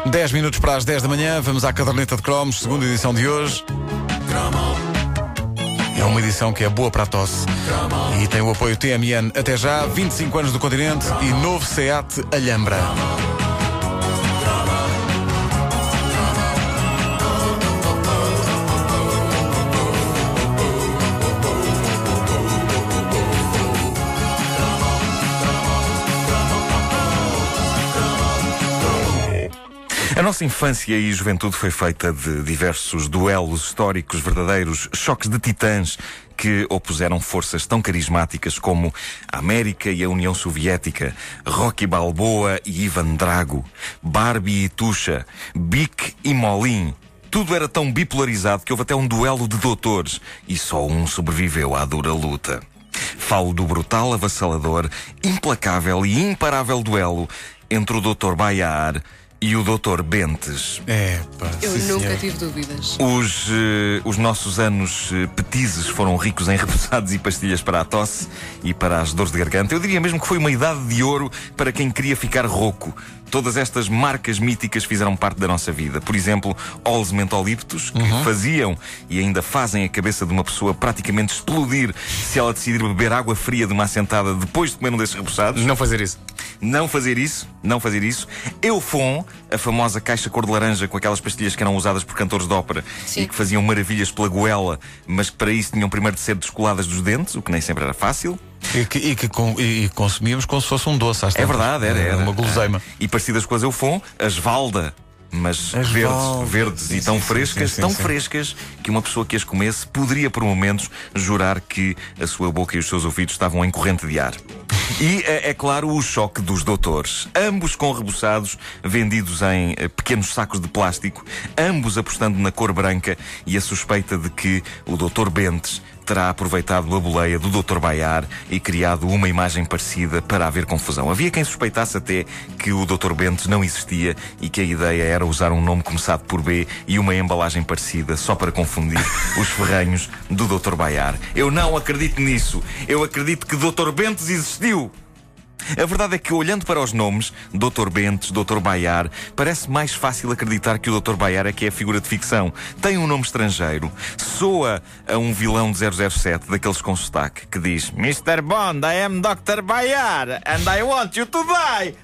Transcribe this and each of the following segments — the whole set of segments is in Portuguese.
10 minutos para as 10 da manhã, vamos à caderneta de cromos, segunda edição de hoje. É uma edição que é boa para a tosse e tem o apoio TMN. Até já, 25 anos do continente e novo SEAT Alhambra. A nossa infância e juventude foi feita de diversos duelos históricos, verdadeiros choques de titãs que opuseram forças tão carismáticas como a América e a União Soviética, Rocky Balboa e Ivan Drago, Barbie e Tusha, Bic e Molin. Tudo era tão bipolarizado que houve até um duelo de doutores e só um sobreviveu à dura luta. Falo do brutal, avassalador, implacável e imparável duelo entre o Dr. Bayar e o Dr. Bentes. Eu nunca tive dúvidas. Os nossos anos petizes foram ricos em repousados e pastilhas para a tosse e para as dores de garganta. Eu diria mesmo que foi uma idade de ouro para quem queria ficar rouco. Todas estas marcas míticas fizeram parte da nossa vida. Por exemplo, Halls Mentolíptos, que faziam e ainda fazem a cabeça de uma pessoa praticamente explodir se ela decidir beber água fria de uma assentada depois de comer um desses repousados. Não fazer isso. Não fazer isso, não fazer isso. Eufon, a famosa caixa cor de laranja com aquelas pastilhas que eram usadas por cantores de ópera. Sim. E que faziam maravilhas pela goela, mas que para isso tinham primeiro de ser descoladas dos dentes, o que nem sempre era fácil. E consumíamos como se fosse um doce. É verdade, era uma guloseima. E parecidas com as Eufon, as Valda, mas verdes e tão frescas que uma pessoa que as comesse poderia por momentos jurar que a sua boca e os seus ouvidos estavam em corrente de ar. E é claro o choque dos doutores, ambos com reboçados vendidos em pequenos sacos de plástico, ambos apostando na cor branca e a suspeita de que o Dr. Bentes terá aproveitado a boleia do Dr. Bayar e criado uma imagem parecida para haver confusão. Havia quem suspeitasse até que o Dr. Bentes não existia e que a ideia era usar um nome começado por B e uma embalagem parecida só para confundir os ferranhos do Dr. Bayar. Eu não acredito nisso. Eu acredito que Dr. Bentes existiu. A verdade é que, olhando para os nomes, Dr. Bentes, Dr. Bayar, parece mais fácil acreditar que o Dr. Bayar é que é figura de ficção. Tem um nome estrangeiro, soa a um vilão de 007, daqueles com sotaque, que diz: Mr. Bond, I am Dr. Bayar, and I want you to die!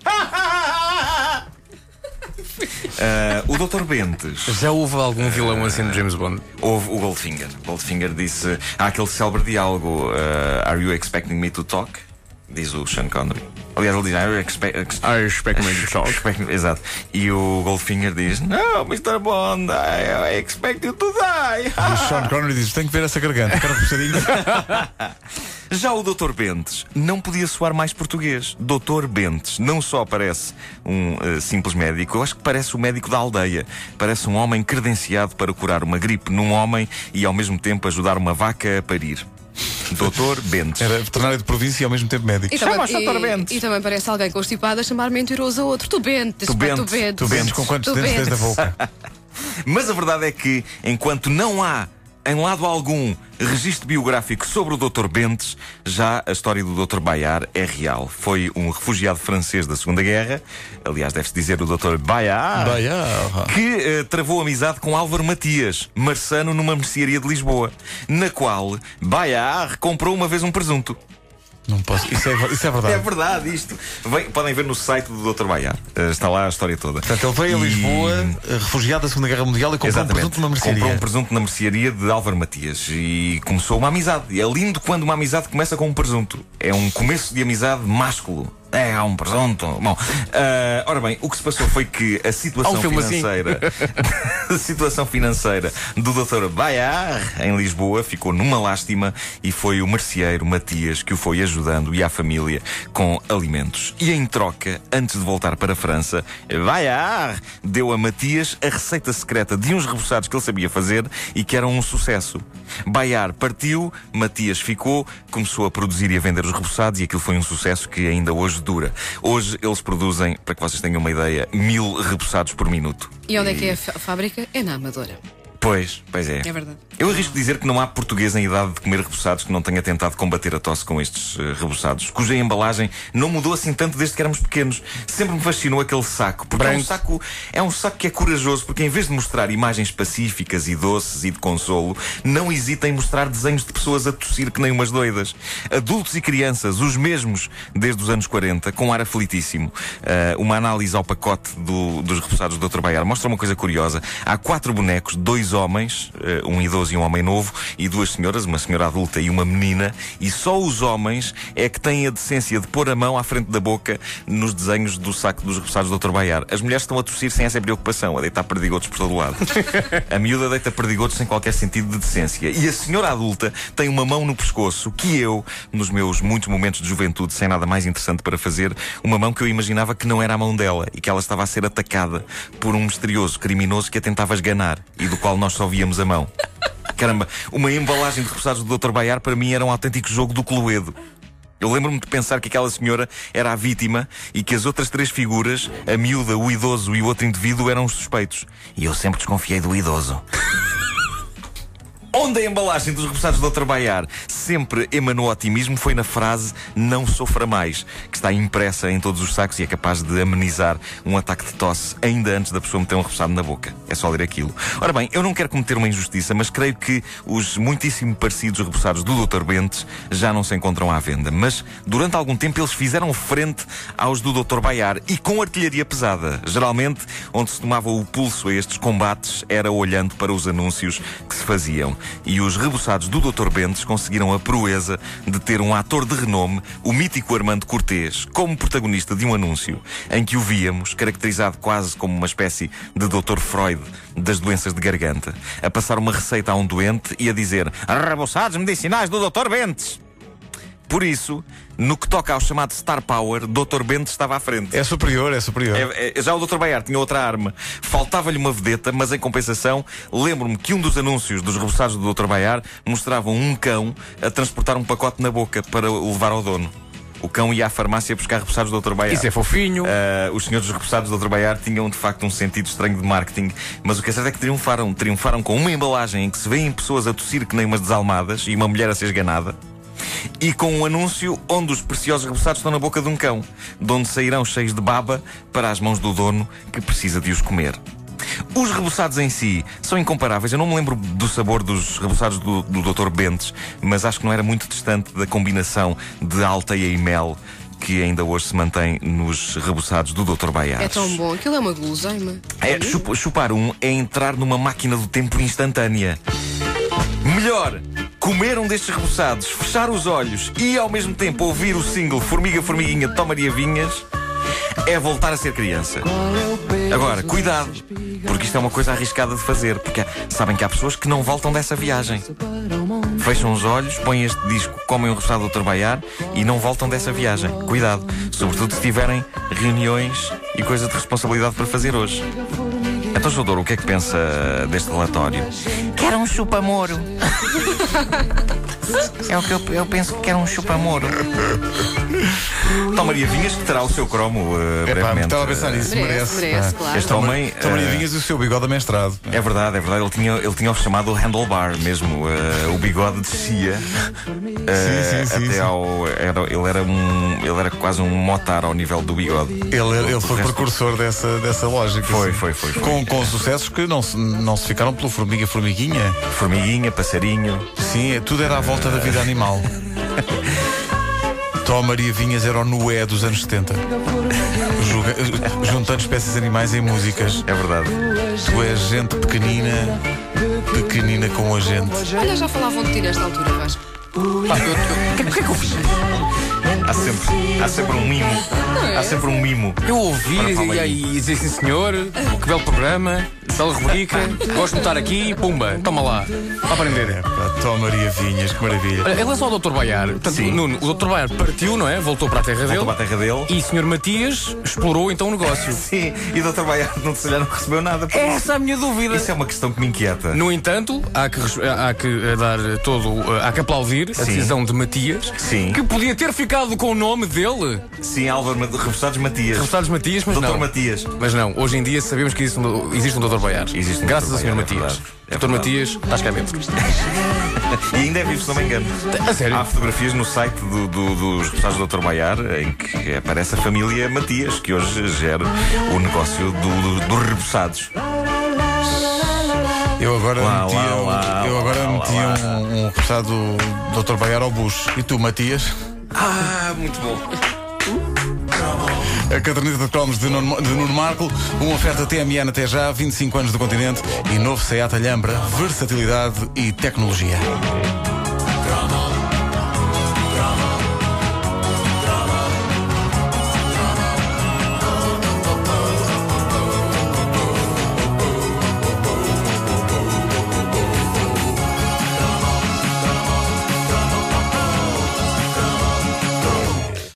O Dr. Bentes. Já houve algum vilão assim no James Bond? Houve o Goldfinger. Goldfinger disse: há aquele célebre diálogo, Are you expecting me to talk? Diz o Sean Connery. Aliás, ele diz: I expect me to talk. Exato. E o Goldfinger diz: No, Mr. Bond, I expect you to die. E o Sean Connery diz: tenho que ver essa garganta, quero um bocadinho. Já o Dr. Bentes não podia soar mais português. Dr. Bentes não só parece um simples médico, eu acho que parece o médico da aldeia. Parece um homem credenciado para curar uma gripe num homem e ao mesmo tempo ajudar uma vaca a parir. Dr. Bentes. Era veterinário de província e ao mesmo tempo médico. E também parece alguém constipado a chamar mentiroso a outro. Tu Bentes. Tu Bentes. Com quantos dentes tens da boca? Mas a verdade é que, enquanto não há em lado algum registro biográfico sobre o Dr. Bentes, já a história do Dr. Bayar é real. Foi um refugiado francês da Segunda Guerra, aliás, deve-se dizer o Dr. Bayar, que travou amizade com Álvaro Matias, marçano numa mercearia de Lisboa, na qual Bayar comprou uma vez um presunto. Não posso. Isso é verdade. É verdade isto. Podem ver no site do Dr. Bayar. Está lá a história toda. Portanto, ele veio a Lisboa, refugiado da Segunda Guerra Mundial, e comprou um presunto numa mercearia. Comprou um presunto na mercearia de Álvaro Matias e começou uma amizade. E é lindo quando uma amizade começa com um presunto. É um começo de amizade másculo. Há um presunto. Bom, ora bem, o que se passou foi que a situação financeira a situação financeira do Dr. Bayar em Lisboa ficou numa lástima e foi o merceeiro Matias que o foi ajudando e a família com alimentos. E em troca, antes de voltar para a França, Bayar deu a Matias a receita secreta de uns reboçados que ele sabia fazer e que eram um sucesso. Bayar partiu, Matias ficou, começou a produzir e a vender os reboçados e aquilo foi um sucesso que ainda hoje dura. Hoje eles produzem, para que vocês tenham uma ideia, 1000 reboçados por minuto. E onde é que é a fábrica? É na Amadora. Pois é. É verdade. Eu arrisco dizer que não há português em idade de comer reboçados que não tenha tentado combater a tosse com estes reboçados, cuja embalagem não mudou assim tanto desde que éramos pequenos. Sempre me fascinou aquele saco, porque é um saco que é corajoso, porque em vez de mostrar imagens pacíficas e doces e de consolo, não hesita em mostrar desenhos de pessoas a tossir que nem umas doidas. Adultos e crianças, os mesmos desde os anos 40, com ar aflitíssimo. Uma análise ao pacote dos reboçados do Dr. Baiar mostra uma coisa curiosa. Há 4 bonecos, 2 homens, um idoso e um homem novo, e 2 senhoras, uma senhora adulta e uma menina, e só os homens é que têm a decência de pôr a mão à frente da boca nos desenhos do saco dos reboçados do Dr. Baiar. As mulheres estão a tossir sem essa preocupação, a deitar perdigotos por todo o lado. A miúda deita perdigotos sem qualquer sentido de decência. E a senhora adulta tem uma mão no pescoço que eu, nos meus muitos momentos de juventude, sem nada mais interessante para fazer, uma mão que eu imaginava que não era a mão dela e que ela estava a ser atacada por um misterioso criminoso que a tentava esganar e do qual nós só víamos a mão. Caramba, uma embalagem de reboçados do Dr. Baiar para mim era um autêntico jogo do Cluedo. Eu lembro-me de pensar que aquela senhora era a vítima e que as outras 3 figuras, a miúda, o idoso e o outro indivíduo, eram os suspeitos. E eu sempre desconfiei do idoso. Onde a embalagem dos reboçados do Dr. Baiar sempre emanou otimismo foi na frase "não sofra mais", que está impressa em todos os sacos e é capaz de amenizar um ataque de tosse ainda antes da pessoa meter um reboçado na boca. É só ler aquilo. Ora bem, eu não quero cometer uma injustiça, mas creio que os muitíssimo parecidos reboçados do Dr. Bentes já não se encontram à venda. Mas durante algum tempo eles fizeram frente aos do Dr. Baiar e com artilharia pesada. Geralmente, onde se tomava o pulso a estes combates era olhando para os anúncios que se faziam. E os reboçados do Dr. Bentes conseguiram a proeza de ter um ator de renome, o mítico Armando Cortês, como protagonista de um anúncio em que o víamos, caracterizado quase como uma espécie de Dr. Freud das doenças de garganta, a passar uma receita a um doente e a dizer: "Reboçados medicinais do Dr. Bentes". Por isso, no que toca ao chamado Star Power, Dr. Bentes estava à frente. É superior. Já o Dr. Baiar tinha outra arma. Faltava-lhe uma vedeta, mas em compensação, lembro-me que um dos anúncios dos reboçados do Dr. Baiar mostravam um cão a transportar um pacote na boca para o levar ao dono. O cão ia à farmácia buscar reboçados do Dr. Baiar. Isso é fofinho. Os senhores dos reboçados do Dr. Baiar tinham de facto um sentido estranho de marketing, mas o que é certo é que triunfaram. Triunfaram com uma embalagem em que se vêem pessoas a tossir que nem umas desalmadas e uma mulher a ser esganada. E com um anúncio onde os preciosos reboçados estão na boca de um cão, de onde sairão cheios de baba para as mãos do dono que precisa de os comer. Os reboçados em si são incomparáveis. Eu não me lembro do sabor dos reboçados do Dr. Bentes, mas acho que não era muito distante da combinação de alteia e mel que ainda hoje se mantém nos reboçados do Dr. Baiar. É tão bom, aquilo é uma guloseima. Chupar um é entrar numa máquina do tempo instantânea. Melhor, comer um destes reboçados, fechar os olhos e ao mesmo tempo ouvir o single Formiga Formiguinha de Tó Maria Vinhas é voltar a ser criança. Agora, cuidado, porque isto é uma coisa arriscada de fazer, porque sabem que há pessoas que não voltam dessa viagem. Fecham os olhos, põem este disco, comem um reboçado do Dr. Baiar e não voltam dessa viagem. Cuidado, sobretudo se tiverem reuniões e coisa de responsabilidade para fazer hoje. Então, João Douro, o que é que pensa deste relatório? Quero um chupa-moro. É o que eu penso que quero um chupa-moro. Tó Maria Vinhas, que terá o seu cromo brevemente. Estava a pensar nisso, merece, claro. Este homem, Tó Maria Vinhas e o seu bigode amestrado. É verdade. Ele tinha o chamado handlebar mesmo. O bigode descia até ao. Ele era quase um motar ao nível do bigode. Ele foi precursor dessa lógica. Foi. Com sucessos que não se ficaram pelo Formiguinha. Formiguinha, passarinho. Sim, tudo era à volta da vida animal. Tó Maria Vinhas era o Noé dos anos 70, juntando espécies animais em músicas. É verdade. Tu és gente pequenina, pequenina com a gente. Olha, já falavam de ti nesta altura, Vasco. O que é que eu fiz? Há sempre um mimo. Há sempre um mimo. Eu ouvi e dizer sim senhor, que belo programa, bela rubrica, gosto de estar aqui, pumba, toma lá, para aprender. Tó Maria Vinhas, que maravilha. Olha, em relação ao Dr. Baiar, portanto, Nuno, o Dr. Baiar partiu, não é? Voltou para a terra dele. E o Sr. Matias explorou então o negócio. Sim, e o Dr. Baiar não recebeu nada. Essa é a minha dúvida. Isso é uma questão que me inquieta. No entanto, há que aplaudir a decisão de Matias, que podia ter ficado repostado com o nome dele? Sim, Álvaro, repousados Matias. Repostado Matias, mas Doutor não. Matias. Mas não, hoje em dia sabemos que existe um Dr. Baiar. Existe um Graças Dr. ao Sr. Baiar, é Matias. verdade. É Dr. verdade. Matias, estás cá dentro. E ainda é vivo, se não me engano. A sério? Há fotografias no site dos repousados do Dr. Baiar em que aparece a família Matias, que hoje gera o negócio dos repousados. Eu agora metia um repousado do Dr. Baiar ao Bush. E tu, Matias? Ah, muito bom. A caderneta de cromos de Nuno Marco, uma oferta TMN até já, 25 anos do continente e novo SEAT Alhambra, versatilidade e tecnologia.